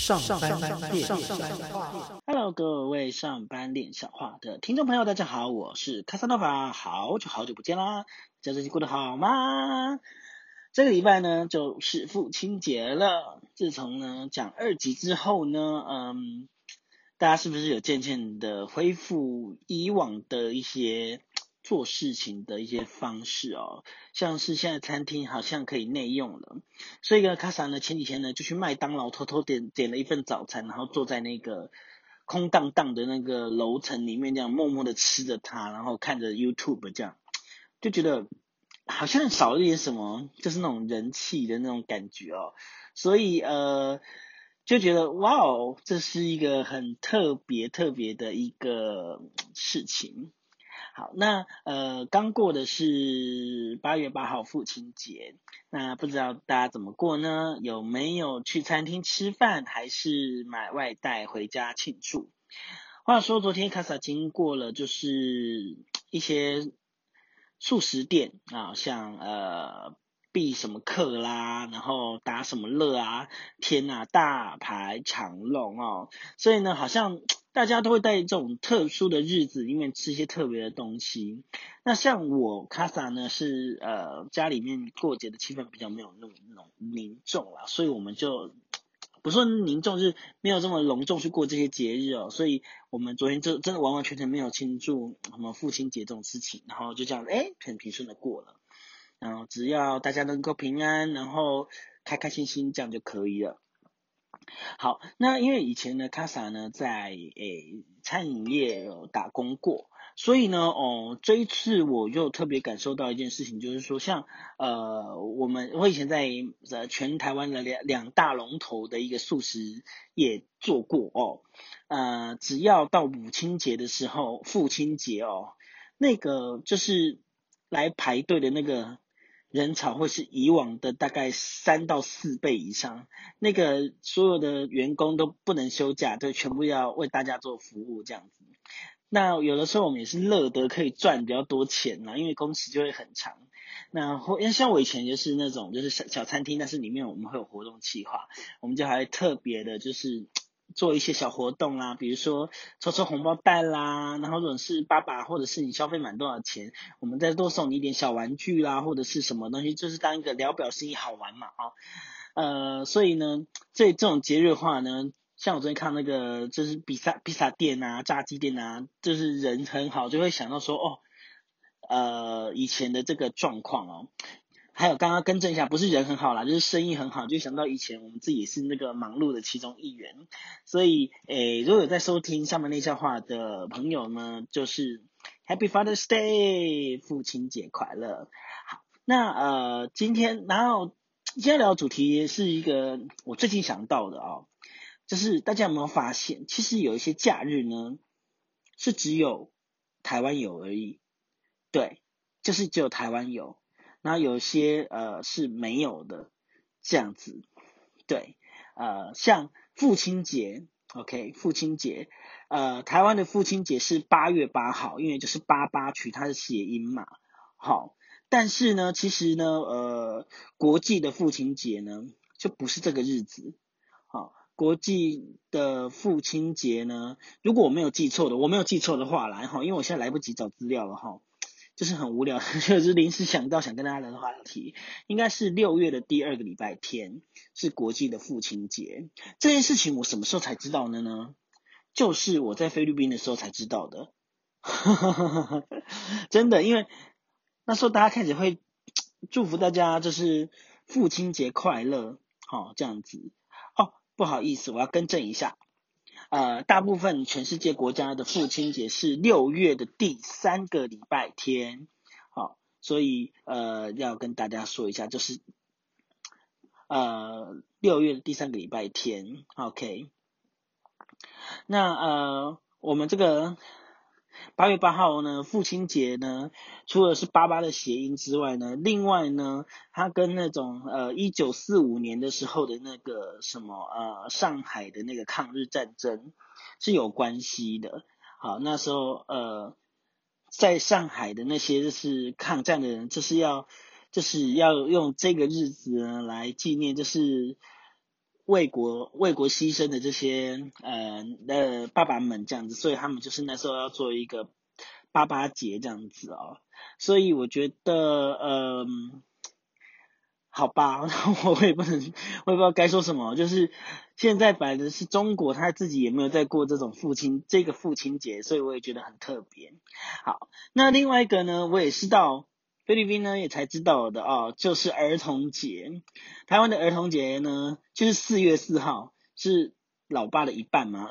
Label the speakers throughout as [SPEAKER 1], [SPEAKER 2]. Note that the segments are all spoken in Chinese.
[SPEAKER 1] 上班练笑话。Hello， 各位上班练笑话的听众朋友，大家好，我是卡萨诺法，好久不见啦，这最近过得好吗？这个礼拜呢就是父亲节了，自从呢讲2集之后呢，大家是不是有渐渐的恢复以往的一些做事情的一些方式哦，像是现在餐厅好像可以内用了，所以呢，卡萨呢前几天呢就去麦当劳偷偷点了一份早餐，然后坐在那个空荡荡的那个楼层里面，这样默默的吃着它，然后看着 YouTube 这样，就觉得好像少了一点什么，就是那种人气的那种感觉哦，所以就觉得哇哦，这是一个很特别的一个事情。好，那刚过的是8月8号父亲节，那不知道大家怎么过呢？有没有去餐厅吃饭，还是买外带回家庆祝？话说昨天卡萨经过了就是一些速食店啊，像必什么客啦，然后打什么乐啊，天啊，大排长龙哦，所以呢，好像大家都会在这种特殊的日子里面吃一些特别的东西。那像我卡萨呢是家里面过节的气氛比较没有那种凝重啦，所以我们就不说凝重，是没有这么隆重去过这些节日哦，所以我们昨天就真的完完全全没有庆祝什么父亲节这种事情，然后就这样很平顺的过了，然后只要大家能够平安，然后开开心心这样就可以了。好，那因为以前呢，卡萨呢在餐饮业有打工过，所以呢，这一次我就特别感受到一件事情，就是说像我以前在全台湾的两大龙头的一个素食业做过哦，只要到母亲节的时候，父亲节哦，那个就是来排队的那个人潮会是以往的大概3到4倍以上，那个所有的员工都不能休假，就全部要为大家做服务这样子。那有的时候我们也是乐得可以赚比较多钱啦，因为工时就会很长。那像我以前就是那种就是小餐厅，但是里面我们会有活动企划，我们就还特别的就是做一些小活动啦，比如说抽红包袋啦，然后或者是爸爸或者是你消费满多少钱，我们再多送你一点小玩具啦，或者是什么东西，就是当一个聊表心意好玩嘛所以呢，这种节日化呢，像我昨天看那个就是披萨店啊、炸鸡店啊，就是人很好，就会想到说以前的这个状况哦。还有刚刚更正一下，不是人很好啦，就是生意很好，就想到以前我们自己也是那个忙碌的其中一员，所以如果有在收听上面那笑话的朋友呢，就是 Happy Father's Day， 父亲节快乐。好，那今天聊的主题是一个我最近想到的就是大家有没有发现，其实有一些假日呢是只有台湾有而已，对，就是只有台湾有。然后有些是没有的这样子，对，像父亲节 ，OK， 父亲节，台湾的父亲节是8月8号，因为就是88取它的谐音嘛，好，但是呢，其实呢，国际的父亲节呢就不是这个日子，好，国际的父亲节呢，如果我没有记错的话啦，因为我现在来不及找资料了就是很无聊，就是临时想到想跟大家聊的话题，应该是6月的第2个礼拜天是国际的父亲节。这件事情我什么时候才知道的呢？就是我在菲律宾的时候才知道的，真的，因为那时候大家开始会祝福大家，就是父亲节快乐，这样子。不好意思，我要更正一下。大部分全世界国家的父亲节是6月的第3个礼拜天，好，所以要跟大家说一下，就是6月的第3个礼拜天 ，OK。那我们这个8月8号呢，父亲节呢，除了是88的谐音之外呢，另外呢，它跟那种1945年的时候的那个什么上海的那个抗日战争是有关系的。好，那时候在上海的那些就是抗战的人，就是要用这个日子呢来纪念，就是为国牺牲的这些爸爸们这样子，所以他们就是那时候要做一个爸爸节这样子哦。所以我觉得好吧，我也不知道该说什么，就是现在摆的是中国，他自己也没有在过这种父亲节，所以我也觉得很特别。好，那另外一个呢，我也是到菲律宾呢也才知道的哦，就是儿童节。台湾的儿童节呢，就是4月4号，是老爸的一半嘛。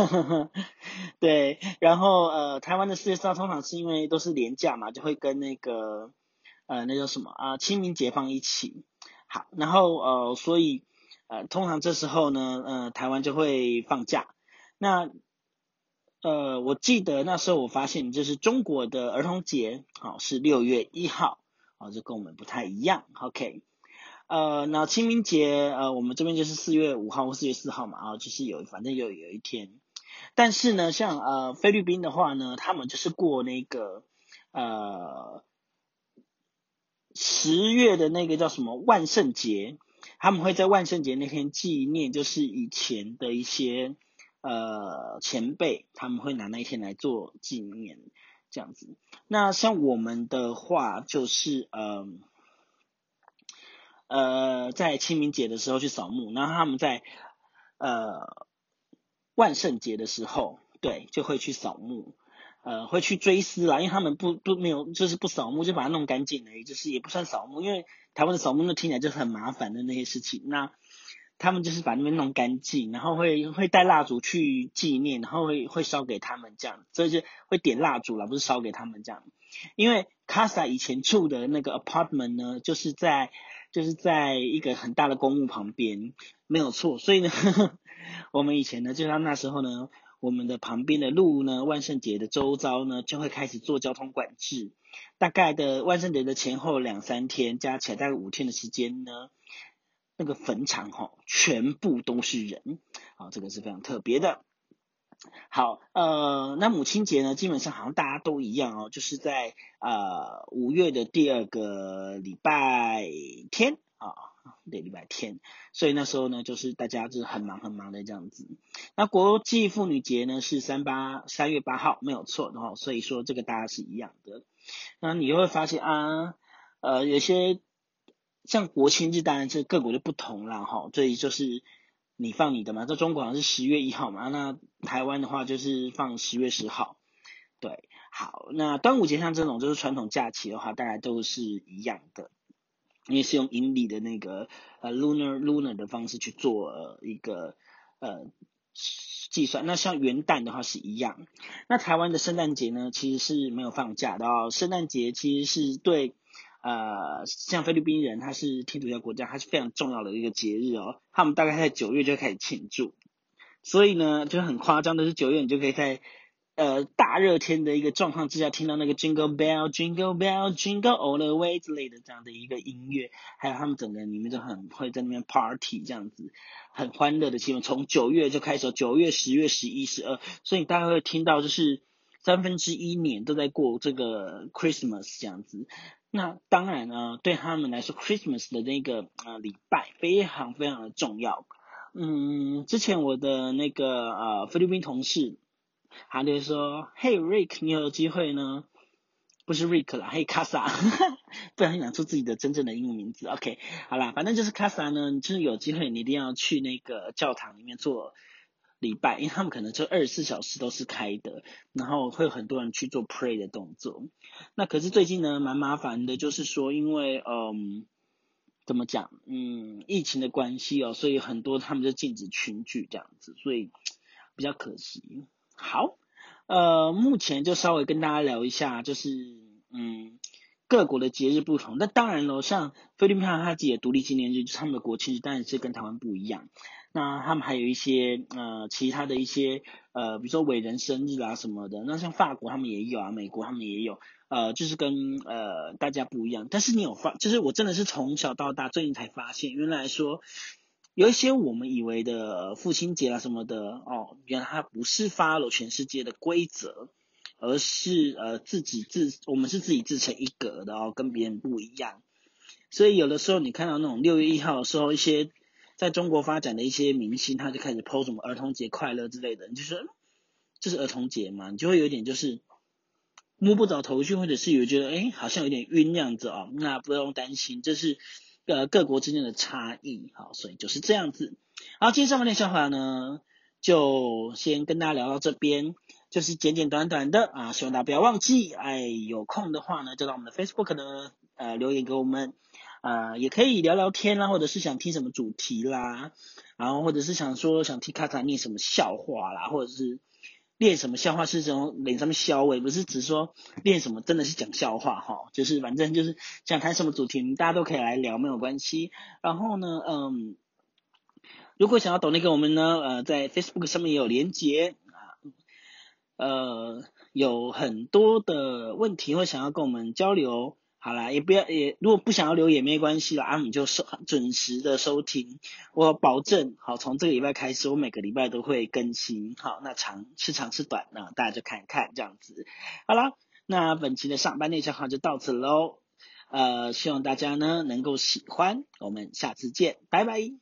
[SPEAKER 1] 对，然后台湾的4月4号通常是因为都是连假嘛，就会跟那个那叫什么清明节放一起。好，然后所以通常这时候呢台湾就会放假。那我记得那时候我发现就是中国的儿童节是6月1号，这跟我们不太一样。OK，那清明节我们这边就是4月5号或4月4号嘛，就是反正有一天。但是呢，像菲律宾的话呢，他们就是过那个10月的那个叫什么万圣节，他们会在万圣节那天纪念，就是以前的一些前辈，他们会拿那一天来做纪念这样子。那像我们的话，就是在清明节的时候去扫墓，然后他们在万圣节的时候，对，就会去扫墓。会去追思啦，因为他们没有，就是不扫墓，就把它弄干净而已，就是也不算扫墓，因为台湾的扫墓那听起来就是很麻烦的那些事情。那他们就是把那边弄干净，然后会带蜡烛去纪念，然后会烧给他们这样，所以就会点蜡烛啦，不是烧给他们这样。因为卡萨以前住的那个 apartment 呢，就是在一个很大的公墓旁边，没有错。所以呢，我们以前呢，就像那时候呢，我们的旁边的路呢，万圣节的周遭呢，就会开始做交通管制。大概的万圣节的前后2-3天，加起来大概5天的时间呢，那个坟场全部都是人，这个是非常特别的。好，那母亲节呢，基本上好像大家都一样哦，就是在5月的第2个礼拜天对，礼拜天，所以那时候呢，就是大家就是很忙的这样子。那国际妇女节呢是3月8号，没有错的所以说这个大家是一样的。那你会发现有些像国庆日，当然是各国的不同啦所以就是你放你的嘛，在中国好像是10月1号嘛，那台湾的话就是放10月10号。对，好，那端午节像这种就是传统假期的话，大概都是一样的，因为是用阴历的那个lunar 的方式去做一个计算。那像元旦的话是一样。那台湾的圣诞节呢，其实是没有放假的圣诞节其实是对像菲律宾人，他是天主教国家，它是非常重要的一个节日他们大概在9月就开始庆祝。所以呢，就很夸张的是9月你就可以在大热天的一个状况之下，听到那个 Jingle Bell Jingle Bell Jingle All the Way 之类的这样的一个音乐，还有他们整个里面就很会在那边 party 这样子，很欢乐的气氛。从9月就开始，9月、10月、11、12，所以大家会听到就是1/3年都在过这个 Christmas 这样子。那当然呢，对他们来说 Christmas 的那个礼拜非常非常的重要。之前我的那个菲律宾同事，他就说 ，Hey Rick， 你有机会呢，不是 Rick 啦，Hey Casa， 不小心讲出自己的真正的英文名字。OK， 好啦，反正就是 Casa 呢，就是有机会你一定要去那个教堂里面做礼拜，因为他们可能就24小时都是开的，然后会有很多人去做 pray 的动作。那可是最近呢，蛮麻烦的，就是说因为怎么讲？疫情的关系所以很多他们就禁止群聚这样子，所以比较可惜。好，目前就稍微跟大家聊一下，就是各国的节日不同。那当然了，像菲律宾他自己的独立纪念日，就是他们的国庆日，当然是跟台湾不一样。那他们还有一些其他的一些比如说伟人生日啊什么的。那像法国他们也有美国他们也有。就是跟大家不一样。但是就是我真的是从小到大最近才发现，原来说有一些我们以为的父亲节啊什么的原来它不是 follow 全世界的规则，而是我们是自己自成一格的跟别人不一样。所以有的时候你看到那种6月1号的时候，一些在中国发展的一些明星，他就开始 po 什么儿童节快乐之类的，你就说这是儿童节嘛，你就会有点就是摸不着头绪，或者是有觉得好像有点晕那样子哦，那不用担心，这是各国之间的差异，好，所以就是这样子。好，今天上半段笑话呢，就先跟大家聊到这边，就是简简短短的啊，希望大家不要忘记，有空的话呢，就到我们的 Facebook 呢留言给我们，也可以聊聊天啦，或者是想听什么主题啦，然后或者是想听卡卡念什么笑话啦，或者是练什么笑话是从脸上面消尾，不是只说练什么真的是讲笑话哈，就是反正就是想谈什么主题，大家都可以来聊，没有关系。然后呢，如果想要抖内给我们呢，在 Facebook 上面也有连结有很多的问题或想要跟我们交流。好啦，如果不想要留也没关系啦，你就准时的收听，我保证，好，从这个礼拜开始，我每个礼拜都会更新，好，那长是短呢，大家就看一看这样子。好啦，那本期的上班内笑话就到此喽，希望大家呢能够喜欢，我们下次见，拜拜。